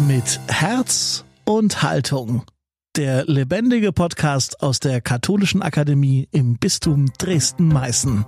Mit Herz und Haltung. Der lebendige Podcast aus der Katholischen Akademie im Bistum Dresden-Meißen.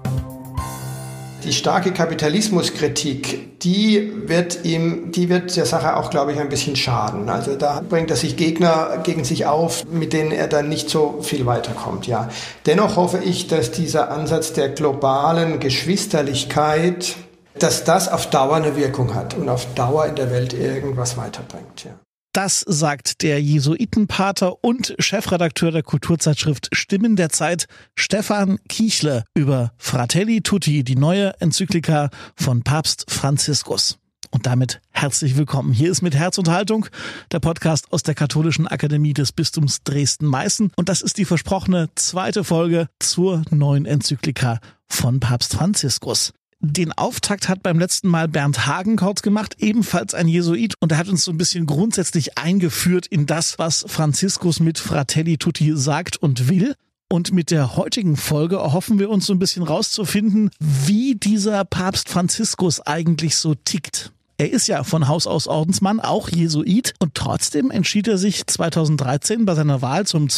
Die starke Kapitalismuskritik, die wird der Sache auch, glaube ich, ein bisschen schaden. Also da bringt er sich Gegner gegen sich auf, mit denen er dann nicht so viel weiterkommt. Ja. Dennoch hoffe ich, dass dieser Ansatz der globalen Geschwisterlichkeit, dass das auf Dauer eine Wirkung hat und auf Dauer in der Welt irgendwas weiterbringt. Ja. Das sagt der Jesuitenpater und Chefredakteur der Kulturzeitschrift Stimmen der Zeit, Stefan Kichle, über Fratelli Tutti, die neue Enzyklika von Papst Franziskus. Und damit herzlich willkommen. Hier ist Mit Herz und Haltung, der Podcast aus der Katholischen Akademie des Bistums Dresden-Meißen. Und das ist die versprochene zweite Folge zur neuen Enzyklika von Papst Franziskus. Den Auftakt hat beim letzten Mal Bernd Hagenkort gemacht, ebenfalls ein Jesuit, und er hat uns so ein bisschen grundsätzlich eingeführt in das, was Franziskus mit Fratelli Tutti sagt und will. Und mit der heutigen Folge erhoffen wir uns so ein bisschen rauszufinden, wie dieser Papst Franziskus eigentlich so tickt. Er ist ja von Haus aus Ordensmann, auch Jesuit, und trotzdem entschied er sich 2013 bei seiner Wahl zum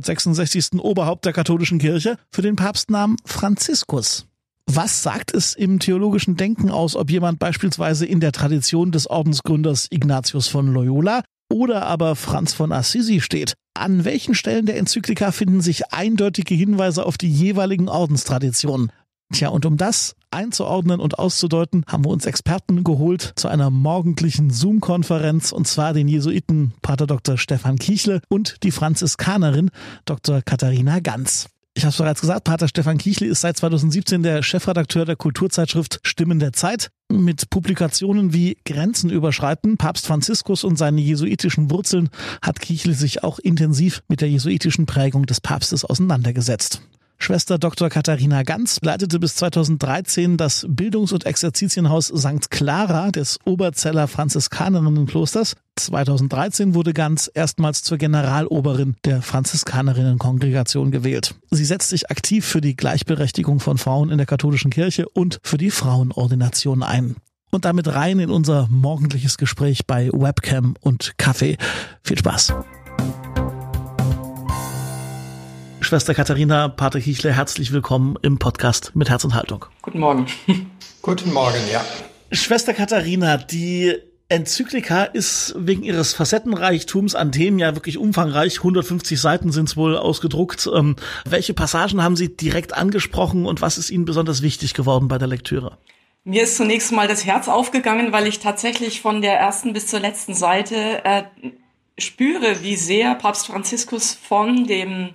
266. Oberhaupt der katholischen Kirche für den Papstnamen Franziskus. Was sagt es im theologischen Denken aus, ob jemand beispielsweise in der Tradition des Ordensgründers Ignatius von Loyola oder aber Franz von Assisi steht? An welchen Stellen der Enzyklika finden sich eindeutige Hinweise auf die jeweiligen Ordenstraditionen? Tja, und um das einzuordnen und auszudeuten, haben wir uns Experten geholt zu einer morgendlichen Zoom-Konferenz, und zwar den Jesuiten Pater Dr. Stefan Kichle und die Franziskanerin Dr. Katharina Ganz. Ich habe es bereits gesagt, Pater Stefan Kichle ist seit 2017 der Chefredakteur der Kulturzeitschrift Stimmen der Zeit. Mit Publikationen wie Grenzen überschreiten, Papst Franziskus und seine jesuitischen Wurzeln hat Kichle sich auch intensiv mit der jesuitischen Prägung des Papstes auseinandergesetzt. Schwester Dr. Katharina Ganz leitete bis 2013 das Bildungs- und Exerzitienhaus St. Clara des Oberzeller Franziskanerinnenklosters. 2013 wurde Ganz erstmals zur Generaloberin der Franziskanerinnenkongregation gewählt. Sie setzt sich aktiv für die Gleichberechtigung von Frauen in der katholischen Kirche und für die Frauenordination ein. Und damit rein in unser morgendliches Gespräch bei Webcam und Kaffee. Viel Spaß! Schwester Katharina, Pater Kichle, herzlich willkommen im Podcast Mit Herz und Haltung. Guten Morgen. Guten Morgen, ja. Schwester Katharina, die Enzyklika ist wegen ihres Facettenreichtums an Themen ja wirklich umfangreich. 150 Seiten sind es wohl ausgedruckt. Welche Passagen haben Sie direkt angesprochen und was ist Ihnen besonders wichtig geworden bei der Lektüre? Mir ist zunächst mal das Herz aufgegangen, weil ich tatsächlich von der ersten bis zur letzten Seite spüre, wie sehr Papst Franziskus von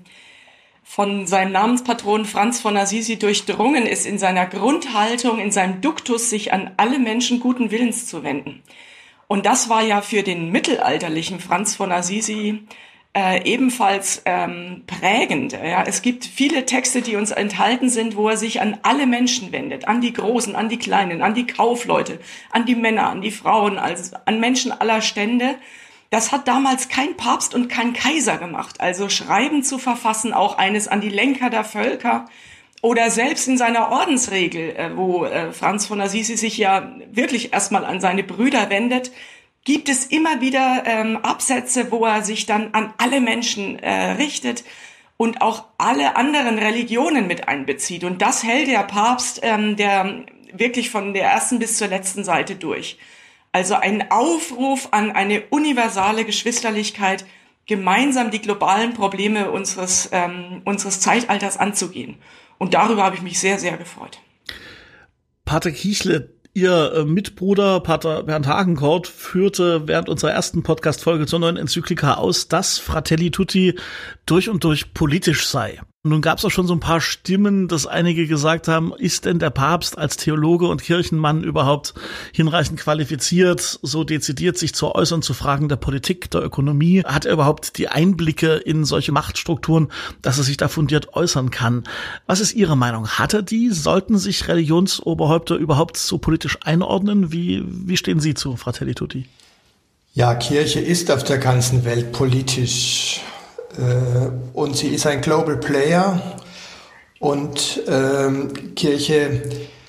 seinem Namenspatron Franz von Assisi durchdrungen ist in seiner Grundhaltung, in seinem Duktus, sich an alle Menschen guten Willens zu wenden. Und das war ja für den mittelalterlichen Franz von Assisi ebenfalls prägend. Ja. Es gibt viele Texte, die uns enthalten sind, wo er sich an alle Menschen wendet, an die Großen, an die Kleinen, an die Kaufleute, an die Männer, an die Frauen, also an Menschen aller Stände. Das hat damals kein Papst und kein Kaiser gemacht. Also Schreiben zu verfassen, auch eines an die Lenker der Völker oder selbst in seiner Ordensregel, wo Franz von Assisi sich ja wirklich erstmal an seine Brüder wendet, gibt es immer wieder Absätze, wo er sich dann an alle Menschen richtet und auch alle anderen Religionen mit einbezieht. Und das hält der Papst, der wirklich von der ersten bis zur letzten Seite durch. Also ein Aufruf an eine universale Geschwisterlichkeit, gemeinsam die globalen Probleme unseres Zeitalters anzugehen. Und darüber habe ich mich sehr, sehr gefreut. Pater Kichle, Ihr Mitbruder Pater Bernd Hagenkort führte während unserer ersten Podcast-Folge zur neuen Enzyklika aus, dass Fratelli Tutti durch und durch politisch sei. Nun gab es auch schon so ein paar Stimmen, dass einige gesagt haben, ist denn der Papst als Theologe und Kirchenmann überhaupt hinreichend qualifiziert, so dezidiert sich zu äußern zu Fragen der Politik, der Ökonomie? Hat er überhaupt die Einblicke in solche Machtstrukturen, dass er sich da fundiert äußern kann? Was ist Ihre Meinung? Hat er die? Sollten sich Religionsoberhäupter überhaupt so politisch einordnen? Wie stehen Sie zu Fratelli Tutti? Ja, Kirche ist auf der ganzen Welt politisch. Und sie ist ein Global Player und Kirche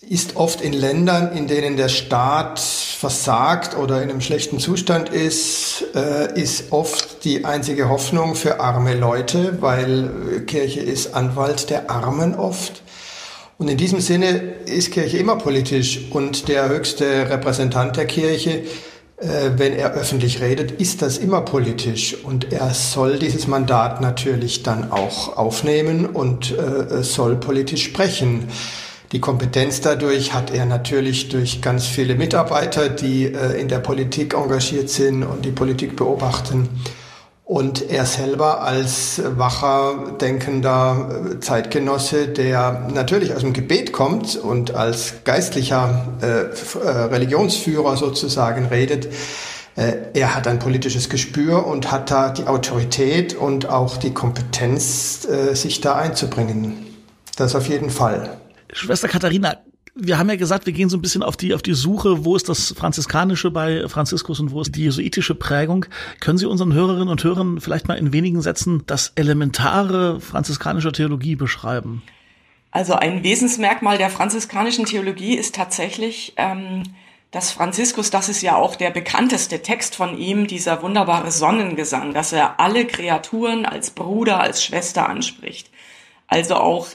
ist oft in Ländern, in denen der Staat versagt oder in einem schlechten Zustand ist oft die einzige Hoffnung für arme Leute, weil Kirche ist Anwalt der Armen oft. Und in diesem Sinne ist Kirche immer politisch und der höchste Repräsentant der Kirche, wenn er öffentlich redet, ist das immer politisch. Und er soll dieses Mandat natürlich dann auch aufnehmen und soll politisch sprechen. Die Kompetenz dadurch hat er natürlich durch ganz viele Mitarbeiter, die in der Politik engagiert sind und die Politik beobachten. Und er selber als wacher, denkender Zeitgenosse, der natürlich aus dem Gebet kommt und als geistlicher Religionsführer sozusagen redet, er hat ein politisches Gespür und hat da die Autorität und auch die Kompetenz, sich da einzubringen. Das auf jeden Fall. Schwester Katharina, wir haben ja gesagt, wir gehen so ein bisschen auf die Suche, wo ist das Franziskanische bei Franziskus und wo ist die jesuitische Prägung. Können Sie unseren Hörerinnen und Hörern vielleicht mal in wenigen Sätzen das Elementare franziskanischer Theologie beschreiben? Also ein Wesensmerkmal der franziskanischen Theologie ist tatsächlich, dass Franziskus, das ist ja auch der bekannteste Text von ihm, dieser wunderbare Sonnengesang, dass er alle Kreaturen als Bruder, als Schwester anspricht. Also auch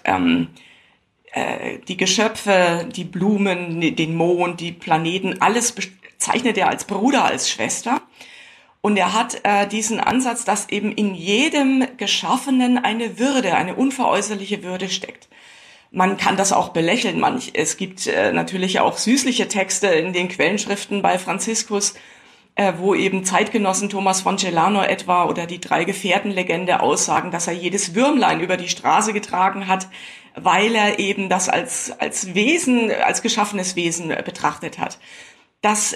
die Geschöpfe, die Blumen, den Mond, die Planeten, alles bezeichnet er als Bruder, als Schwester. Und er hat diesen Ansatz, dass eben in jedem Geschaffenen eine Würde, eine unveräußerliche Würde steckt. Man kann das auch belächeln. Es gibt natürlich auch süßliche Texte in den Quellenschriften bei Franziskus, wo eben Zeitgenossen Thomas von Celano etwa oder die Drei-Gefährten-Legende aussagen, dass er jedes Würmlein über die Straße getragen hat, weil er eben das als Wesen, als geschaffenes Wesen betrachtet hat. Das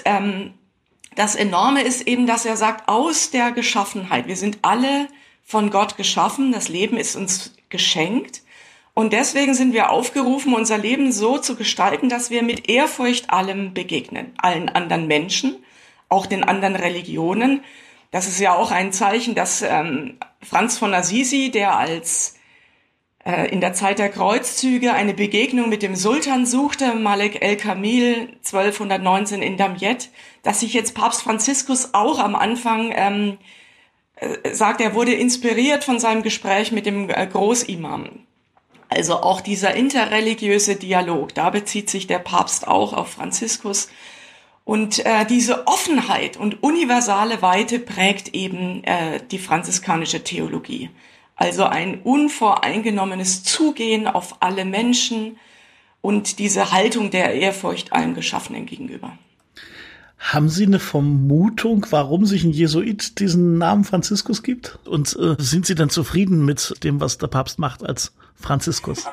Enorme ist eben, dass er sagt, aus der Geschaffenheit, wir sind alle von Gott geschaffen, das Leben ist uns geschenkt und deswegen sind wir aufgerufen, unser Leben so zu gestalten, dass wir mit Ehrfurcht allem begegnen, allen anderen Menschen, auch den anderen Religionen. Das ist ja auch ein Zeichen, dass Franz von Assisi, der als in der Zeit der Kreuzzüge eine Begegnung mit dem Sultan suchte, Malek el-Kamil 1219 in Damiette, dass sich jetzt Papst Franziskus auch am Anfang sagt, er wurde inspiriert von seinem Gespräch mit dem Großimam. Also auch dieser interreligiöse Dialog, da bezieht sich der Papst auch auf Franziskus. Und diese Offenheit und universale Weite prägt eben die franziskanische Theologie. Also ein unvoreingenommenes Zugehen auf alle Menschen und diese Haltung der Ehrfurcht allem Geschaffenen gegenüber. Haben Sie eine Vermutung, warum sich ein Jesuit diesen Namen Franziskus gibt? Und sind Sie dann zufrieden mit dem, was der Papst macht als Franziskus?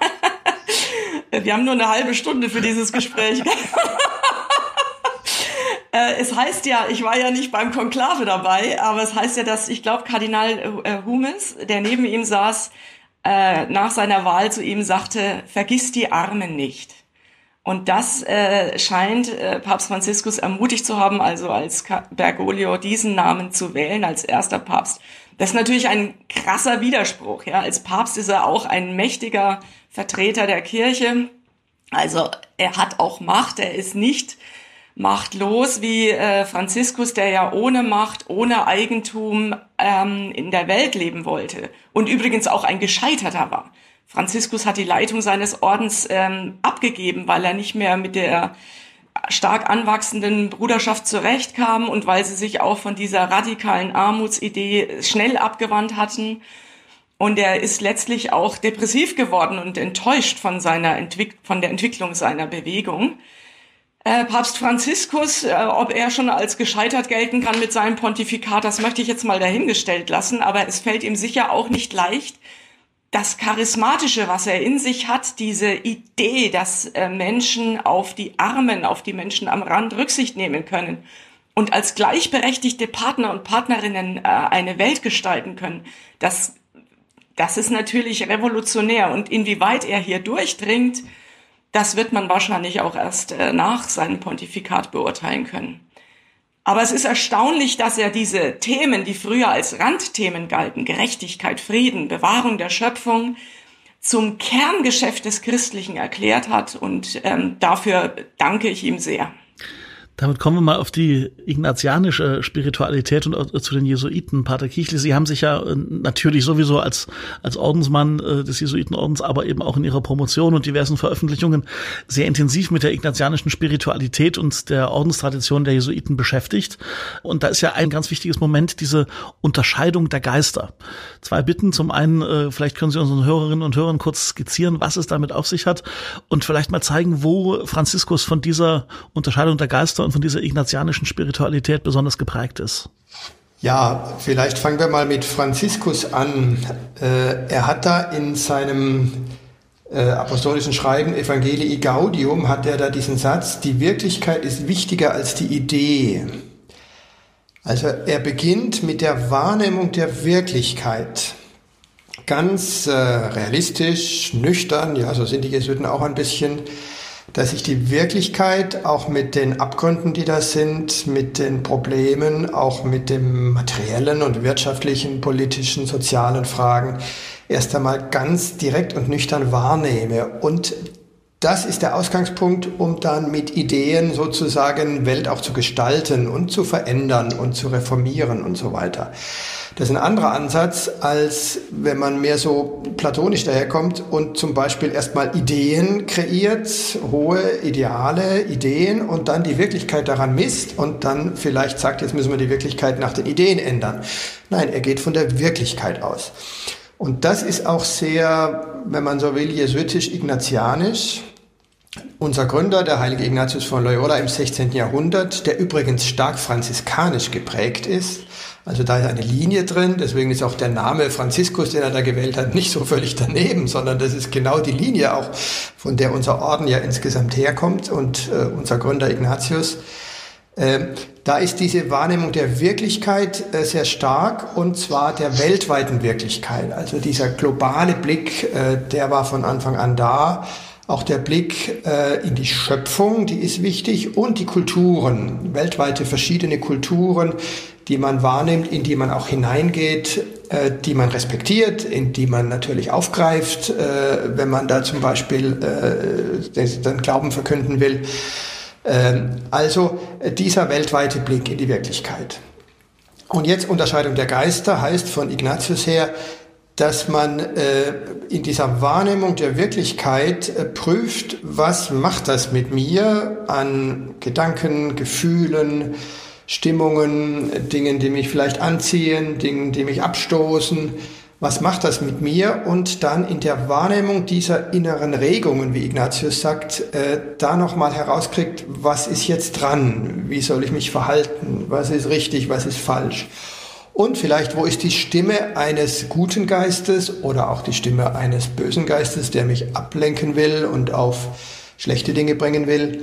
Wir haben nur eine halbe Stunde für dieses Gespräch. Es heißt ja, ich war ja nicht beim Konklave dabei, aber es heißt ja, dass, ich glaube, Kardinal Humes, der neben ihm saß, nach seiner Wahl zu ihm sagte, vergiss die Armen nicht. Und das scheint Papst Franziskus ermutigt zu haben, also als Bergoglio diesen Namen zu wählen als erster Papst. Das ist natürlich ein krasser Widerspruch. Ja, als Papst ist er auch ein mächtiger Vertreter der Kirche. Also er hat auch Macht, er ist nicht machtlos wie Franziskus, der ja ohne Macht, ohne Eigentum in der Welt leben wollte und übrigens auch ein Gescheiterter war. Franziskus hat die Leitung seines Ordens abgegeben, weil er nicht mehr mit der stark anwachsenden Bruderschaft zurechtkam und weil sie sich auch von dieser radikalen Armutsidee schnell abgewandt hatten. Und er ist letztlich auch depressiv geworden und enttäuscht von der Entwicklung seiner Bewegung. Papst Franziskus, ob er schon als gescheitert gelten kann mit seinem Pontifikat, das möchte ich jetzt mal dahingestellt lassen, aber es fällt ihm sicher auch nicht leicht, das Charismatische, was er in sich hat, diese Idee, dass Menschen auf die Armen, auf die Menschen am Rand Rücksicht nehmen können und als gleichberechtigte Partner und Partnerinnen eine Welt gestalten können, das ist natürlich revolutionär. Und inwieweit er hier durchdringt, das wird man wahrscheinlich auch erst nach seinem Pontifikat beurteilen können. Aber es ist erstaunlich, dass er diese Themen, die früher als Randthemen galten, Gerechtigkeit, Frieden, Bewahrung der Schöpfung, zum Kerngeschäft des Christlichen erklärt hat. Und dafür danke ich ihm sehr. Damit kommen wir mal auf die ignatianische Spiritualität und zu den Jesuiten. Pater Kichle, Sie haben sich ja natürlich sowieso als Ordensmann des Jesuitenordens, aber eben auch in Ihrer Promotion und diversen Veröffentlichungen sehr intensiv mit der ignatianischen Spiritualität und der Ordenstradition der Jesuiten beschäftigt. Und da ist ja ein ganz wichtiges Moment diese Unterscheidung der Geister. Zwei Bitten. Zum einen, vielleicht können Sie unseren Hörerinnen und Hörern kurz skizzieren, was es damit auf sich hat und vielleicht mal zeigen, wo Franziskus von dieser Unterscheidung der Geister und von dieser ignatianischen Spiritualität besonders geprägt ist. Ja, vielleicht fangen wir mal mit Franziskus an. Er hat da in seinem apostolischen Schreiben Evangelii Gaudium hat er da diesen Satz: Die Wirklichkeit ist wichtiger als die Idee. Also er beginnt mit der Wahrnehmung der Wirklichkeit. Ganz realistisch, nüchtern, ja, so sind die Jesuiten auch ein bisschen, dass sich die Wirklichkeit auch mit den Abgründen, die da sind, mit den Problemen, auch mit den materiellen und wirtschaftlichen, politischen, sozialen Fragen erst einmal ganz direkt und nüchtern wahrnehme. Und das ist der Ausgangspunkt, um dann mit Ideen sozusagen Welt auch zu gestalten und zu verändern und zu reformieren und so weiter. Das ist ein anderer Ansatz, als wenn man mehr so platonisch daherkommt und zum Beispiel erstmal Ideen kreiert, hohe Ideale, Ideen und dann die Wirklichkeit daran misst und dann vielleicht sagt, jetzt müssen wir die Wirklichkeit nach den Ideen ändern. Nein, er geht von der Wirklichkeit aus. Und das ist auch sehr, wenn man so will, jesuitisch-ignatianisch. Unser Gründer, der heilige Ignatius von Loyola im 16. Jahrhundert, der übrigens stark franziskanisch geprägt ist, also da ist eine Linie drin, deswegen ist auch der Name Franziskus, den er da gewählt hat, nicht so völlig daneben, sondern das ist genau die Linie auch, von der unser Orden ja insgesamt herkommt und unser Gründer Ignatius. Da ist diese Wahrnehmung der Wirklichkeit sehr stark, und zwar der weltweiten Wirklichkeit. Also dieser globale Blick, der war von Anfang an da. Auch der Blick in die Schöpfung, die ist wichtig, und die Kulturen, weltweite verschiedene Kulturen, die man wahrnimmt, in die man auch hineingeht, die man respektiert, in die man natürlich aufgreift, wenn man da zum Beispiel den Glauben verkünden will. Also dieser weltweite Blick in die Wirklichkeit. Und jetzt Unterscheidung der Geister heißt von Ignatius her, dass man in dieser Wahrnehmung der Wirklichkeit prüft, was macht das mit mir an Gedanken, Gefühlen, Stimmungen, Dingen, die mich vielleicht anziehen, Dingen, die mich abstoßen. Was macht das mit mir? Und dann in der Wahrnehmung dieser inneren Regungen, wie Ignatius sagt, da nochmal herauskriegt, was ist jetzt dran? Wie soll ich mich verhalten? Was ist richtig? Was ist falsch? Und vielleicht, wo ist die Stimme eines guten Geistes oder auch die Stimme eines bösen Geistes, der mich ablenken will und auf schlechte Dinge bringen will?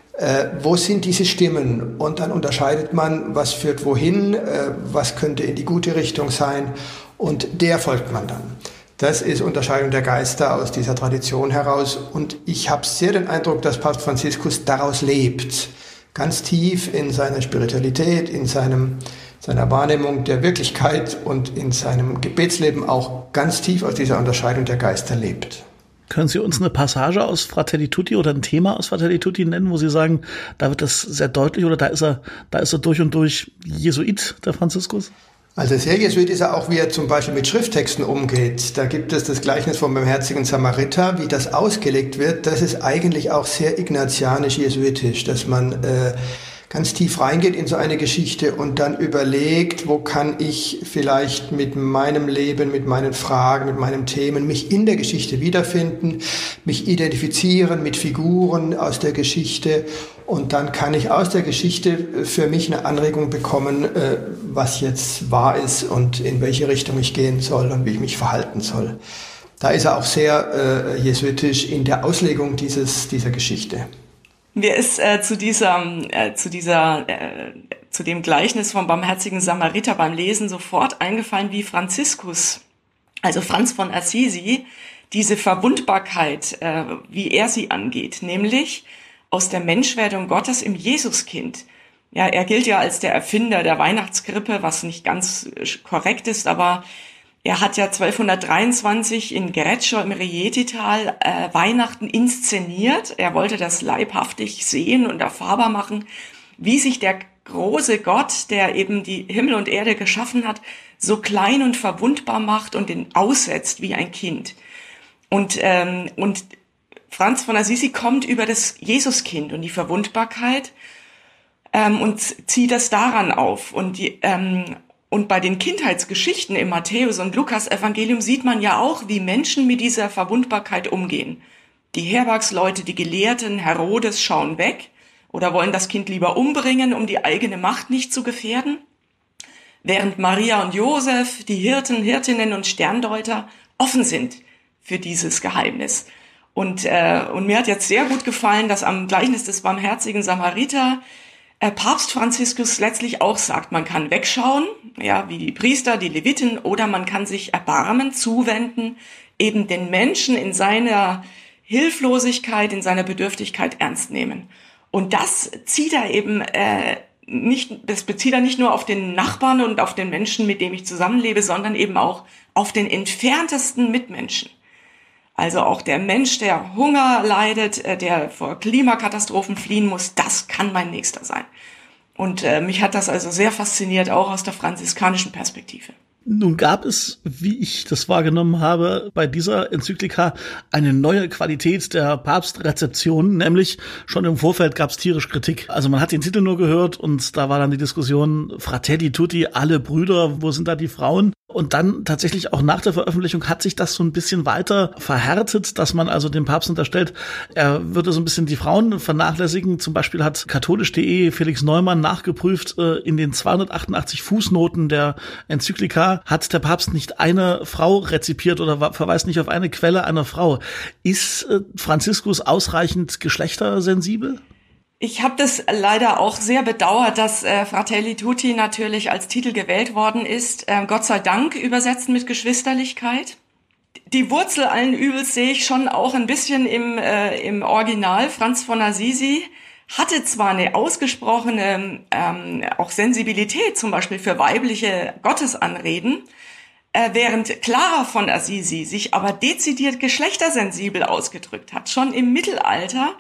Wo sind diese Stimmen? Und dann unterscheidet man, was führt wohin, was könnte in die gute Richtung sein, und der folgt man dann. Das ist Unterscheidung der Geister aus dieser Tradition heraus, und ich habe sehr den Eindruck, dass Papst Franziskus daraus lebt, ganz tief in seiner Spiritualität, in seiner Wahrnehmung der Wirklichkeit und in seinem Gebetsleben auch ganz tief aus dieser Unterscheidung der Geister lebt. Können Sie uns eine Passage aus Fratelli Tutti oder ein Thema aus Fratelli Tutti nennen, wo Sie sagen, da wird das sehr deutlich, oder da ist er durch und durch Jesuit, der Franziskus? Also sehr Jesuit ist er auch, wie er zum Beispiel mit Schrifttexten umgeht. Da gibt es das Gleichnis vom barmherzigen Samariter, wie das ausgelegt wird. Das ist eigentlich auch sehr ignatianisch-jesuitisch, dass man ganz tief reingeht in so eine Geschichte und dann überlegt, wo kann ich vielleicht mit meinem Leben, mit meinen Fragen, mit meinen Themen mich in der Geschichte wiederfinden, mich identifizieren mit Figuren aus der Geschichte, und dann kann ich aus der Geschichte für mich eine Anregung bekommen, was jetzt wahr ist und in welche Richtung ich gehen soll und wie ich mich verhalten soll. Da ist er auch sehr jesuitisch in der Auslegung dieser Geschichte. Mir ist zu dem Gleichnis vom barmherzigen Samariter beim Lesen sofort eingefallen, wie Franziskus, also Franz von Assisi, diese Verwundbarkeit, wie er sie angeht, nämlich aus der Menschwerdung Gottes im Jesuskind. Ja, er gilt ja als der Erfinder der Weihnachtskrippe, was nicht ganz korrekt ist, aber Er hat ja 1223 in Greccio im Rietital Weihnachten inszeniert. Er wollte das leibhaftig sehen und erfahrbar machen, wie sich der große Gott, der eben die Himmel und Erde geschaffen hat, so klein und verwundbar macht und ihn aussetzt wie ein Kind. Und Franz von Assisi kommt über das Jesuskind und die Verwundbarkeit und zieht das daran auf. Und bei den Kindheitsgeschichten im Matthäus- und Lukas-Evangelium sieht man ja auch, wie Menschen mit dieser Verwundbarkeit umgehen. Die Herbergsleute, die Gelehrten, Herodes schauen weg oder wollen das Kind lieber umbringen, um die eigene Macht nicht zu gefährden. Während Maria und Josef, die Hirten, Hirtinnen und Sterndeuter offen sind für dieses Geheimnis. Und mir hat jetzt sehr gut gefallen, dass am Gleichnis des barmherzigen Samariter Papst Franziskus letztlich auch sagt, man kann wegschauen, ja, wie die Priester, die Leviten, oder man kann sich erbarmen, zuwenden, eben den Menschen in seiner Hilflosigkeit, in seiner Bedürftigkeit ernst nehmen. Und das zieht er eben das bezieht er nicht nur auf den Nachbarn und auf den Menschen, mit dem ich zusammenlebe, sondern eben auch auf den entferntesten Mitmenschen. Also auch der Mensch, der Hunger leidet, der vor Klimakatastrophen fliehen muss, das kann mein Nächster sein. Und mich hat das also sehr fasziniert, auch aus der franziskanischen Perspektive. Nun gab es, wie ich das wahrgenommen habe, bei dieser Enzyklika eine neue Qualität der Papstrezeption, nämlich schon im Vorfeld gab es tierisch Kritik. Also man hat den Titel nur gehört und da war dann die Diskussion Fratelli Tutti, alle Brüder, wo sind da die Frauen? Und dann tatsächlich auch nach der Veröffentlichung hat sich das so ein bisschen weiter verhärtet, dass man also dem Papst unterstellt, er würde so ein bisschen die Frauen vernachlässigen. Zum Beispiel hat katholisch.de Felix Neumann nachgeprüft, in den 288 Fußnoten der Enzyklika hat der Papst nicht eine Frau rezipiert oder verweist nicht auf eine Quelle einer Frau. Ist Franziskus ausreichend geschlechtersensibel? Ich habe das leider auch sehr bedauert, dass Fratelli Tutti natürlich als Titel gewählt worden ist. Gott sei Dank übersetzen mit Geschwisterlichkeit. Die Wurzel allen Übels sehe ich schon auch ein bisschen im Original. Franz von Assisi hatte zwar eine ausgesprochene auch Sensibilität, zum Beispiel für weibliche Gottesanreden, während Clara von Assisi sich aber dezidiert geschlechtersensibel ausgedrückt hat. Schon im Mittelalter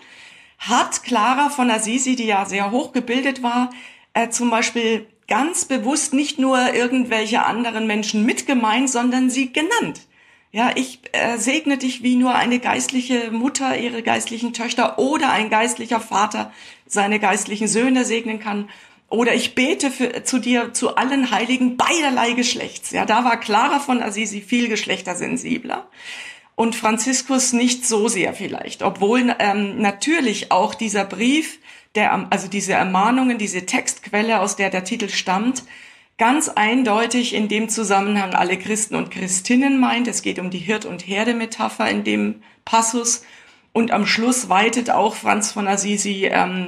hat Clara von Assisi, die ja sehr hochgebildet war, zum Beispiel ganz bewusst nicht nur irgendwelche anderen Menschen mitgemeint, sondern sie genannt. Ja, ich segne dich, wie nur eine geistliche Mutter ihre geistlichen Töchter oder ein geistlicher Vater seine geistlichen Söhne segnen kann. Oder ich bete zu dir, zu allen Heiligen beiderlei Geschlechts. Ja, da war Clara von Assisi viel geschlechtersensibler. Und Franziskus nicht so sehr vielleicht, obwohl natürlich auch dieser Brief, also diese Ermahnungen, diese Textquelle, aus der der Titel stammt, ganz eindeutig in dem Zusammenhang alle Christen und Christinnen meint. Es geht um die Hirt- und Herde-Metapher in dem Passus. Und am Schluss weitet auch Franz von Assisi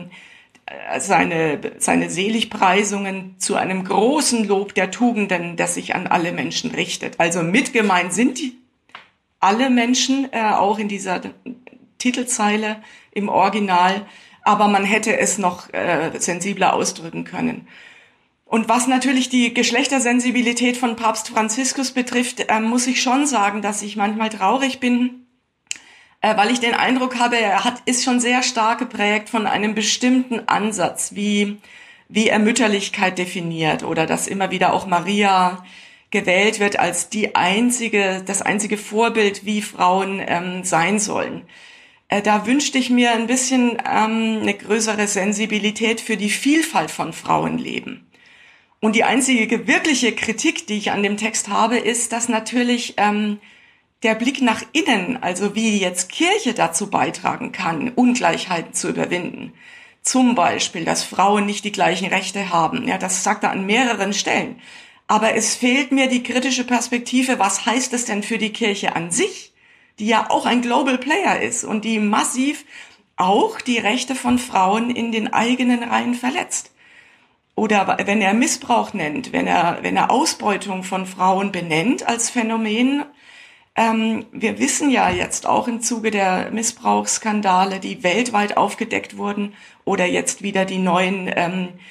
seine Seligpreisungen zu einem großen Lob der Tugenden, das sich an alle Menschen richtet. Also mitgemeint sind alle Menschen, auch in dieser Titelzeile im Original, aber man hätte es noch sensibler ausdrücken können. Und was natürlich die Geschlechtersensibilität von Papst Franziskus betrifft, muss ich schon sagen, dass ich manchmal traurig bin, weil ich den Eindruck habe, ist schon sehr stark geprägt von einem bestimmten Ansatz, wie er Mütterlichkeit definiert oder dass immer wieder auch Maria gewählt wird als das einzige Vorbild, wie Frauen sein sollen. Da wünschte ich mir ein bisschen eine größere Sensibilität für die Vielfalt von Frauenleben. Und die einzige wirkliche Kritik, die ich an dem Text habe, ist, dass natürlich der Blick nach innen, also wie jetzt Kirche dazu beitragen kann, Ungleichheiten zu überwinden. Zum Beispiel, dass Frauen nicht die gleichen Rechte haben. Ja, das sagt er an mehreren Stellen. Aber es fehlt mir die kritische Perspektive, was heißt es denn für die Kirche an sich, die ja auch ein Global Player ist und die massiv auch die Rechte von Frauen in den eigenen Reihen verletzt. Oder wenn er Missbrauch nennt, wenn er Ausbeutung von Frauen benennt als Phänomen. Wir wissen ja jetzt auch im Zuge der Missbrauchsskandale, die weltweit aufgedeckt wurden, oder jetzt wieder die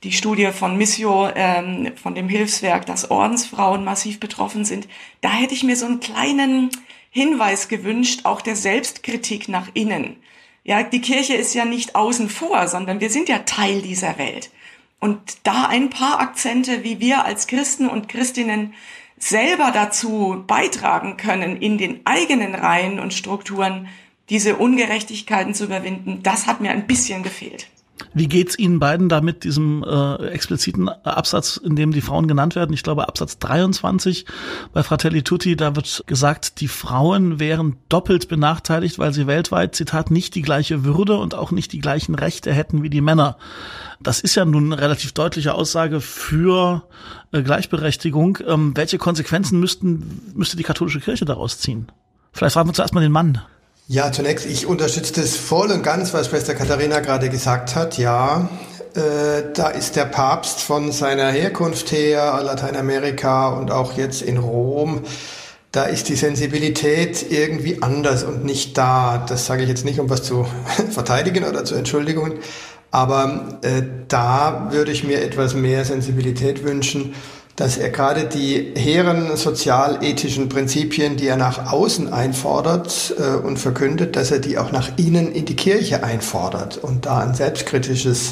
die Studie von Missio, von dem Hilfswerk, dass Ordensfrauen massiv betroffen sind. Da hätte ich mir so einen kleinen Hinweis gewünscht, auch der Selbstkritik nach innen. Ja, die Kirche ist ja nicht außen vor, sondern wir sind ja Teil dieser Welt. Und da ein paar Akzente, wie wir als Christen und Christinnen selber dazu beitragen können, in den eigenen Reihen und Strukturen diese Ungerechtigkeiten zu überwinden, das hat mir ein bisschen gefehlt. Wie geht's Ihnen beiden da mit diesem expliziten Absatz, in dem die Frauen genannt werden? Ich glaube Absatz 23 bei Fratelli Tutti, da wird gesagt, die Frauen wären doppelt benachteiligt, weil sie weltweit, Zitat, nicht die gleiche Würde und auch nicht die gleichen Rechte hätten wie die Männer. Das ist ja nun eine relativ deutliche Aussage für Gleichberechtigung. Welche Konsequenzen müsste die katholische Kirche daraus ziehen? Vielleicht fragen wir zuerst mal den Mann. Ja, zunächst, ich unterstütze das voll und ganz, was Schwester Katharina gerade gesagt hat. Ja, da ist der Papst von seiner Herkunft her, Lateinamerika und auch jetzt in Rom, da ist die Sensibilität irgendwie anders und nicht da. Das sage ich jetzt nicht, um was zu verteidigen oder zu entschuldigen, aber da würde ich mir etwas mehr Sensibilität wünschen, dass er gerade die hehren sozialethischen Prinzipien, die er nach außen einfordert und verkündet, dass er die auch nach innen in die Kirche einfordert und da ein selbstkritisches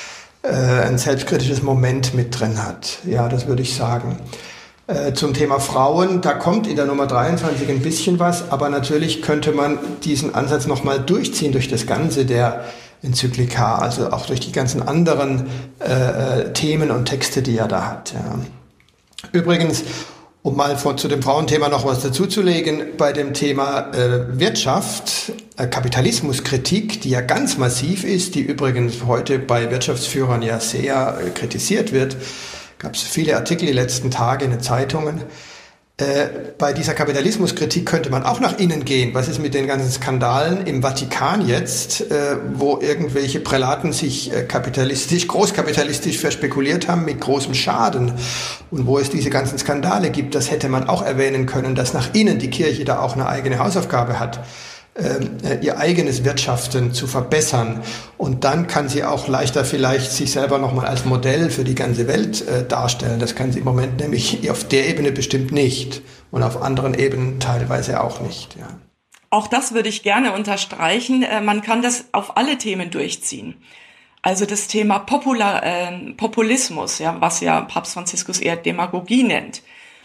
Moment mit drin hat. Ja, das würde ich sagen. Zum Thema Frauen, da kommt in der Nummer 23 ein bisschen was, aber natürlich könnte man diesen Ansatz nochmal durchziehen durch das Ganze der Enzyklika, also auch durch die ganzen anderen Themen und Texte, die er da hat. Ja. Übrigens, um mal zu dem Frauenthema noch was dazuzulegen, bei dem Thema Wirtschaft, Kapitalismuskritik, die ja ganz massiv ist, die übrigens heute bei Wirtschaftsführern ja sehr kritisiert wird, gab es viele Artikel die letzten Tage in den Zeitungen. Bei dieser Kapitalismuskritik könnte man auch nach innen gehen. Was ist mit den ganzen Skandalen im Vatikan jetzt, wo irgendwelche Prälaten sich großkapitalistisch verspekuliert haben mit großem Schaden und wo es diese ganzen Skandale gibt? Das hätte man auch erwähnen können, dass nach innen die Kirche da auch eine eigene Hausaufgabe hat, ihr eigenes Wirtschaften zu verbessern. Und dann kann sie auch leichter vielleicht sich selber nochmal als Modell für die ganze Welt darstellen. Das kann sie im Moment nämlich auf der Ebene bestimmt nicht und auf anderen Ebenen teilweise auch nicht. Ja. Auch das würde ich gerne unterstreichen. Man kann das auf alle Themen durchziehen. Also das Thema Populismus, ja, was ja Papst Franziskus eher Demagogie nennt.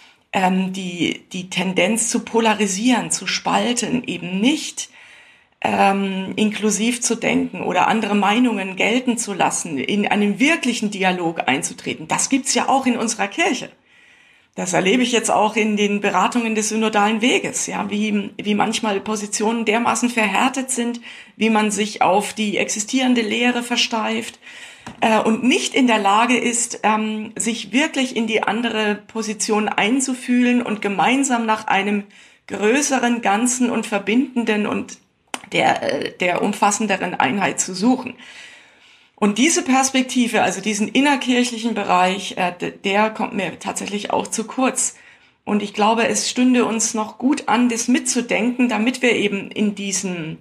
Die Tendenz zu polarisieren, zu spalten, eben nicht inklusiv zu denken oder andere Meinungen gelten zu lassen, in einen wirklichen Dialog einzutreten. Das gibt's ja auch in unserer Kirche. Das erlebe ich jetzt auch in den Beratungen des synodalen Weges, ja, wie manchmal Positionen dermaßen verhärtet sind, wie man sich auf die existierende Lehre versteift, und nicht in der Lage ist, sich wirklich in die andere Position einzufühlen und gemeinsam nach einem größeren, ganzen und verbindenden und der umfassenderen Einheit zu suchen. Und diese Perspektive, also diesen innerkirchlichen Bereich, der kommt mir tatsächlich auch zu kurz. Und ich glaube, es stünde uns noch gut an, das mitzudenken, damit wir eben in diesem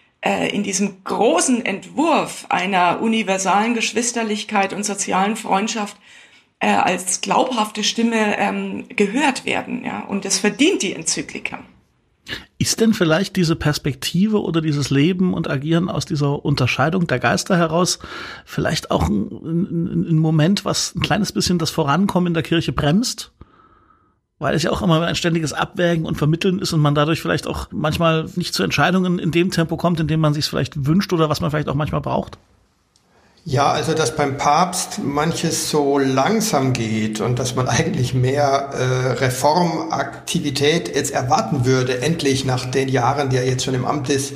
großen Entwurf einer universalen Geschwisterlichkeit und sozialen Freundschaft als glaubhafte Stimme gehört werden. Ja? Und das verdient die Enzyklika. Ist denn vielleicht diese Perspektive oder dieses Leben und Agieren aus dieser Unterscheidung der Geister heraus vielleicht auch ein Moment, was ein kleines bisschen das Vorankommen in der Kirche bremst? Weil es ja auch immer ein ständiges Abwägen und Vermitteln ist und man dadurch vielleicht auch manchmal nicht zu Entscheidungen in dem Tempo kommt, in dem man sich es vielleicht wünscht oder was man vielleicht auch manchmal braucht? Ja, also dass beim Papst manches so langsam geht und dass man eigentlich mehr Reformaktivität jetzt erwarten würde, endlich nach den Jahren, die er jetzt schon im Amt ist,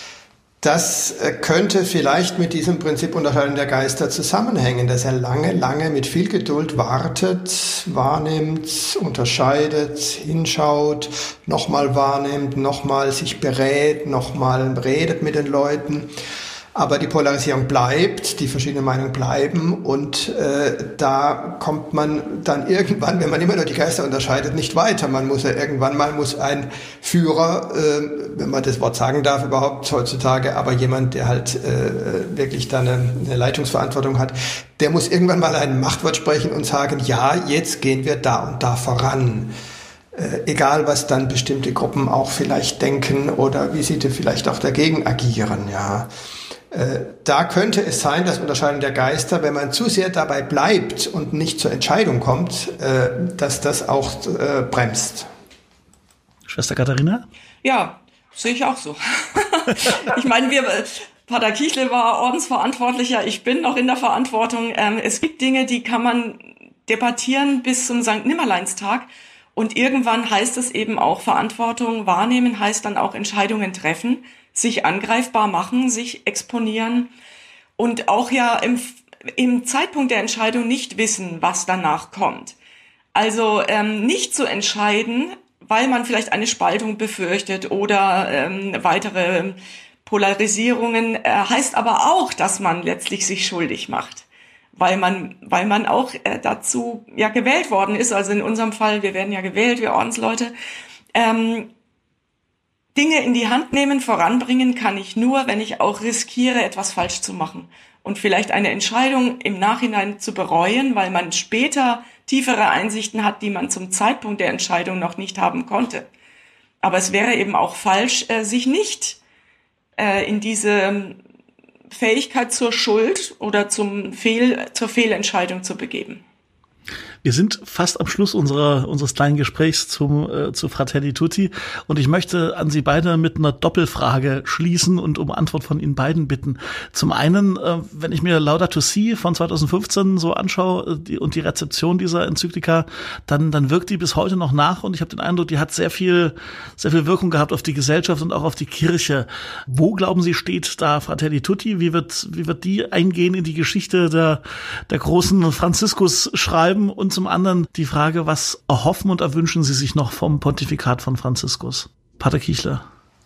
das könnte vielleicht mit diesem Prinzip Unterscheidung der Geister zusammenhängen, dass er lange mit viel Geduld wartet, wahrnimmt, unterscheidet, hinschaut, nochmal wahrnimmt, nochmal sich berät, nochmal redet mit den Leuten. Aber die Polarisierung bleibt, die verschiedenen Meinungen bleiben und da kommt man dann irgendwann, wenn man immer nur die Geister unterscheidet, nicht weiter. Man muss ja irgendwann mal, muss ein Führer, wenn man das Wort sagen darf überhaupt heutzutage, aber jemand, der halt wirklich dann eine Leitungsverantwortung hat, der muss irgendwann mal ein Machtwort sprechen und sagen, ja, jetzt gehen wir da und da voran. Egal, was dann bestimmte Gruppen auch vielleicht denken oder wie sie vielleicht auch dagegen agieren, ja. Da könnte es sein, dass Unterscheidung der Geister, wenn man zu sehr dabei bleibt und nicht zur Entscheidung kommt, dass das auch bremst. Schwester Katharina? Ja, sehe ich auch so. Ich meine, Pater Kichle war Ordensverantwortlicher, ich bin noch in der Verantwortung. Es gibt Dinge, die kann man debattieren bis zum Sankt Nimmerleinstag. Und irgendwann heißt es eben auch, Verantwortung wahrnehmen heißt dann auch Entscheidungen treffen, sich angreifbar machen, sich exponieren und auch ja im Zeitpunkt der Entscheidung nicht wissen, was danach kommt. Also nicht zu entscheiden, weil man vielleicht eine Spaltung befürchtet oder weitere Polarisierungen, heißt aber auch, dass man letztlich sich schuldig macht. Weil man auch dazu ja gewählt worden ist, also in unserem Fall, wir werden ja gewählt, wir Ordensleute, Dinge in die Hand nehmen, voranbringen kann ich nur, wenn ich auch riskiere, etwas falsch zu machen und vielleicht eine Entscheidung im Nachhinein zu bereuen, weil man später tiefere Einsichten hat, die man zum Zeitpunkt der Entscheidung noch nicht haben konnte. Aber es wäre eben auch falsch, sich nicht in diese Fähigkeit zur Schuld oder zur Fehlentscheidung zu begeben. Wir sind fast am Schluss unseres kleinen Gesprächs zu Fratelli Tutti und ich möchte an Sie beide mit einer Doppelfrage schließen und um Antwort von Ihnen beiden bitten. Zum einen, wenn ich mir Laudato Si von 2015 so anschaue und die Rezeption dieser Enzyklika, dann wirkt die bis heute noch nach und ich habe den Eindruck, die hat sehr viel Wirkung gehabt auf die Gesellschaft und auch auf die Kirche. Wo, glauben Sie, steht da Fratelli Tutti? Wie wird die eingehen in die Geschichte der großen Franziskus-Schreiben? Und zum anderen die Frage, was erhoffen und erwünschen Sie sich noch vom Pontifikat von Franziskus? Pater Kichle.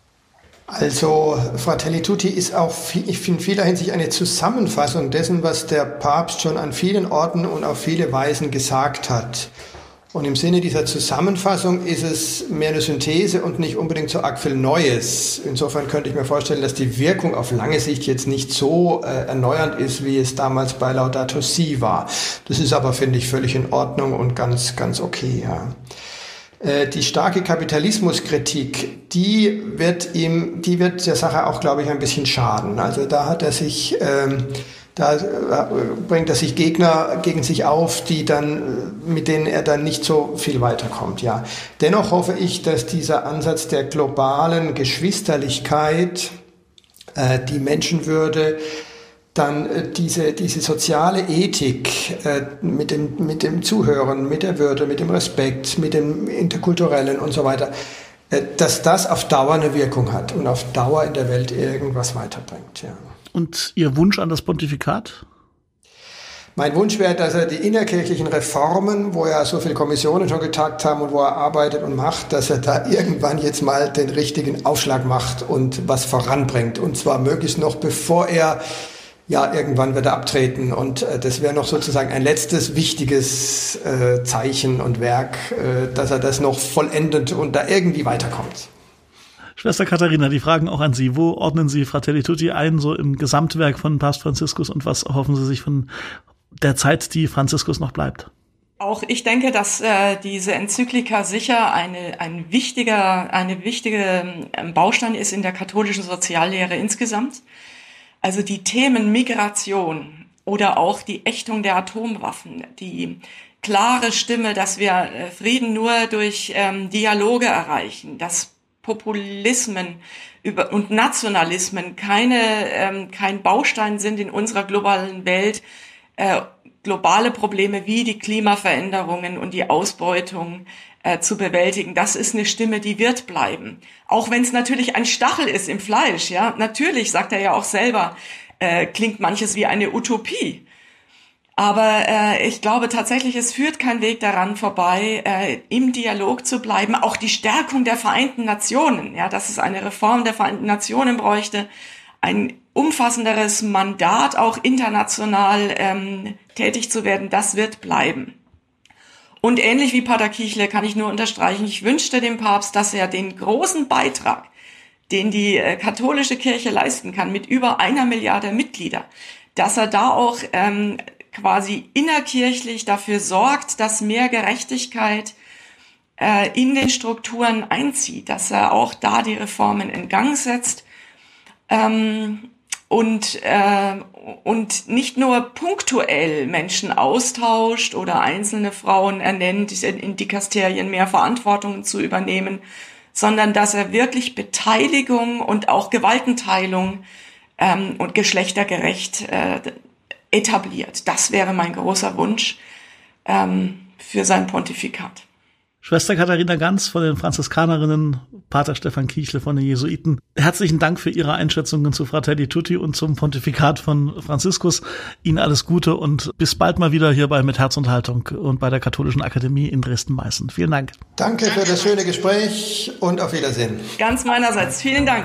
Also Fratelli Tutti ist auch, ich finde, in vieler Hinsicht eine Zusammenfassung dessen, was der Papst schon an vielen Orten und auf viele Weisen gesagt hat. Und im Sinne dieser Zusammenfassung ist es mehr eine Synthese und nicht unbedingt so arg viel Neues. Insofern könnte ich mir vorstellen, dass die Wirkung auf lange Sicht jetzt nicht so erneuernd ist, wie es damals bei Laudato Si war. Das ist aber, finde ich, völlig in Ordnung und ganz, ganz okay, ja. Die starke Kapitalismuskritik, die wird der Sache auch, glaube ich, ein bisschen schaden. Also da hat er sich, da bringt er sich Gegner gegen sich auf, mit denen er dann nicht so viel weiterkommt, ja. Dennoch hoffe ich, dass dieser Ansatz der globalen Geschwisterlichkeit, die Menschenwürde, dann diese soziale Ethik mit dem Zuhören, mit der Würde, mit dem Respekt, mit dem Interkulturellen und so weiter, dass das auf Dauer eine Wirkung hat und auf Dauer in der Welt irgendwas weiterbringt, ja. Und Ihr Wunsch an das Pontifikat? Mein Wunsch wäre, dass er die innerkirchlichen Reformen, wo ja so viele Kommissionen schon getagt haben und wo er arbeitet und macht, dass er da irgendwann jetzt mal den richtigen Aufschlag macht und was voranbringt. Und zwar möglichst noch bevor er, ja, irgendwann wird er abtreten. Und das wäre noch sozusagen ein letztes wichtiges Zeichen und Werk, dass er das noch vollendet und da irgendwie weiterkommt. Schwester Katharina, die Fragen auch an Sie. Wo ordnen Sie Fratelli Tutti ein, so im Gesamtwerk von Papst Franziskus und was erhoffen Sie sich von der Zeit, die Franziskus noch bleibt? Auch ich denke, dass diese Enzyklika sicher eine wichtige Baustein ist in der katholischen Soziallehre insgesamt. Also die Themen Migration oder auch die Ächtung der Atomwaffen, die klare Stimme, dass wir Frieden nur durch Dialoge erreichen, dass Populismen und Nationalismen kein Baustein sind in unserer globalen Welt, globale Probleme wie die Klimaveränderungen und die Ausbeutung zu bewältigen. Das ist eine Stimme, die wird bleiben. Auch wenn es natürlich ein Stachel ist im Fleisch, ja. Natürlich, sagt er ja auch selber, klingt manches wie eine Utopie. Aber ich glaube tatsächlich, es führt kein Weg daran vorbei, im Dialog zu bleiben. Auch die Stärkung der Vereinten Nationen, ja, dass es eine Reform der Vereinten Nationen bräuchte, ein umfassenderes Mandat, auch international tätig zu werden, das wird bleiben. Und ähnlich wie Pater Kichle kann ich nur unterstreichen, ich wünschte dem Papst, dass er den großen Beitrag, den die katholische Kirche leisten kann, mit über 1 Milliarde Mitglieder, dass er da auch quasi innerkirchlich dafür sorgt, dass mehr Gerechtigkeit in den Strukturen einzieht, dass er auch da die Reformen in Gang setzt und nicht nur punktuell Menschen austauscht oder einzelne Frauen ernennt, in Dikasterien mehr Verantwortung zu übernehmen, sondern dass er wirklich Beteiligung und auch Gewaltenteilung und geschlechtergerecht etabliert. Das wäre mein großer Wunsch für sein Pontifikat. Schwester Katharina Ganz von den Franziskanerinnen, Pater Stefan Kichle von den Jesuiten. Herzlichen Dank für Ihre Einschätzungen zu Fratelli Tutti und zum Pontifikat von Franziskus. Ihnen alles Gute und bis bald mal wieder hier bei Mit Herz und Haltung und bei der Katholischen Akademie in Dresden-Meißen. Vielen Dank. Danke für das schöne Gespräch und auf Wiedersehen. Ganz meinerseits. Vielen Dank.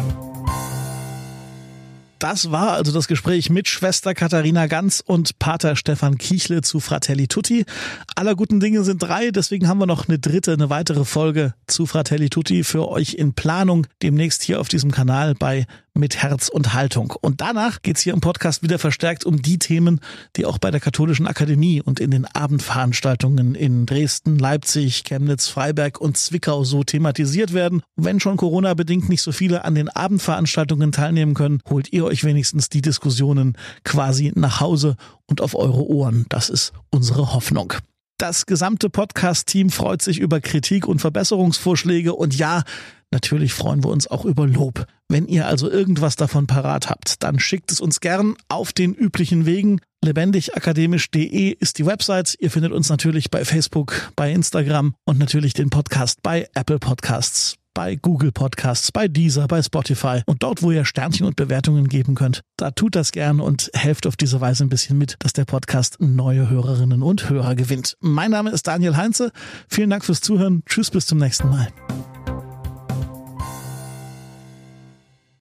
Das war also das Gespräch mit Schwester Katharina Ganz und Pater Stefan Kichle zu Fratelli Tutti. Aller guten Dinge sind 3, deswegen haben wir noch eine weitere Folge zu Fratelli Tutti für euch in Planung, demnächst hier auf diesem Kanal bei Mit Herz und Haltung. Und danach geht's hier im Podcast wieder verstärkt um die Themen, die auch bei der Katholischen Akademie und in den Abendveranstaltungen in Dresden, Leipzig, Chemnitz, Freiberg und Zwickau so thematisiert werden. Wenn schon Corona-bedingt nicht so viele an den Abendveranstaltungen teilnehmen können, holt ihr euch wenigstens die Diskussionen quasi nach Hause und auf eure Ohren. Das ist unsere Hoffnung. Das gesamte Podcast-Team freut sich über Kritik und Verbesserungsvorschläge und ja, natürlich freuen wir uns auch über Lob. Wenn ihr also irgendwas davon parat habt, dann schickt es uns gern auf den üblichen Wegen. lebendigakademisch.de ist die Website. Ihr findet uns natürlich bei Facebook, bei Instagram und natürlich den Podcast bei Apple Podcasts, bei Google Podcasts, bei Deezer, bei Spotify und dort, wo ihr Sternchen und Bewertungen geben könnt. Da tut das gern und helft auf diese Weise ein bisschen mit, dass der Podcast neue Hörerinnen und Hörer gewinnt. Mein Name ist Daniel Heinze. Vielen Dank fürs Zuhören. Tschüss, bis zum nächsten Mal.